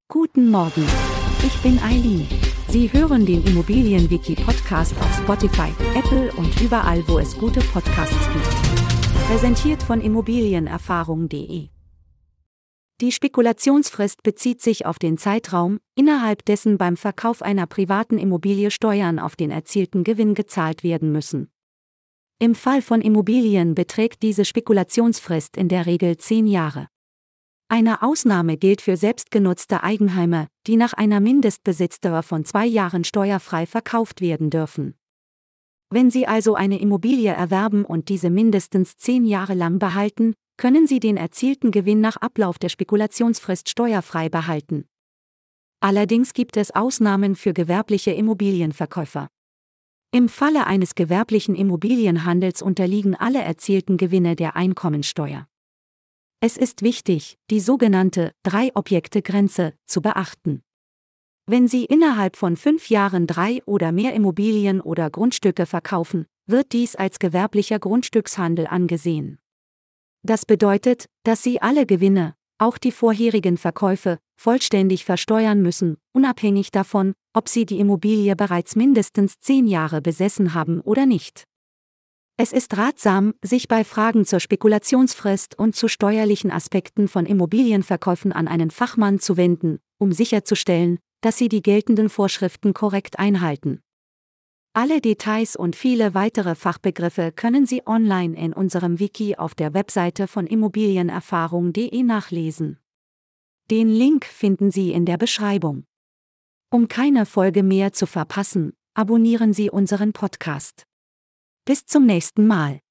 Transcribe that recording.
Guten Morgen, ich bin Eileen. Sie hören den Immobilienwiki-Podcast auf Spotify, Apple und überall, wo es gute Podcasts gibt. Präsentiert von immobilienerfahrung.de. Die Spekulationsfrist bezieht sich auf den Zeitraum, innerhalb dessen beim Verkauf einer privaten Immobilie Steuern auf den erzielten Gewinn gezahlt werden müssen. Im Fall von Immobilien beträgt diese Spekulationsfrist in der Regel 10 Jahre. Eine Ausnahme gilt für selbstgenutzte Eigenheime, die nach einer Mindestbesitzdauer von 2 Jahren steuerfrei verkauft werden dürfen. Wenn Sie also eine Immobilie erwerben und diese mindestens 10 Jahre lang behalten, können Sie den erzielten Gewinn nach Ablauf der Spekulationsfrist steuerfrei behalten. Allerdings gibt es Ausnahmen für gewerbliche Immobilienverkäufer. Im Falle eines gewerblichen Immobilienhandels unterliegen alle erzielten Gewinne der Einkommensteuer. Es ist wichtig, die sogenannte 3-Objekte-Grenze zu beachten. Wenn Sie innerhalb von 5 Jahren 3 oder mehr Immobilien oder Grundstücke verkaufen, wird dies als gewerblicher Grundstückshandel angesehen. Das bedeutet, dass Sie alle Gewinne, auch die vorherigen Verkäufe, vollständig versteuern müssen, unabhängig davon, ob Sie die Immobilie bereits mindestens 10 Jahre besessen haben oder nicht. Es ist ratsam, sich bei Fragen zur Spekulationsfrist und zu steuerlichen Aspekten von Immobilienverkäufen an einen Fachmann zu wenden, um sicherzustellen, dass Sie die geltenden Vorschriften korrekt einhalten. Alle Details und viele weitere Fachbegriffe können Sie online in unserem Wiki auf der Webseite von immobilienerfahrung.de nachlesen. Den Link finden Sie in der Beschreibung. Um keine Folge mehr zu verpassen, abonnieren Sie unseren Podcast. Bis zum nächsten Mal.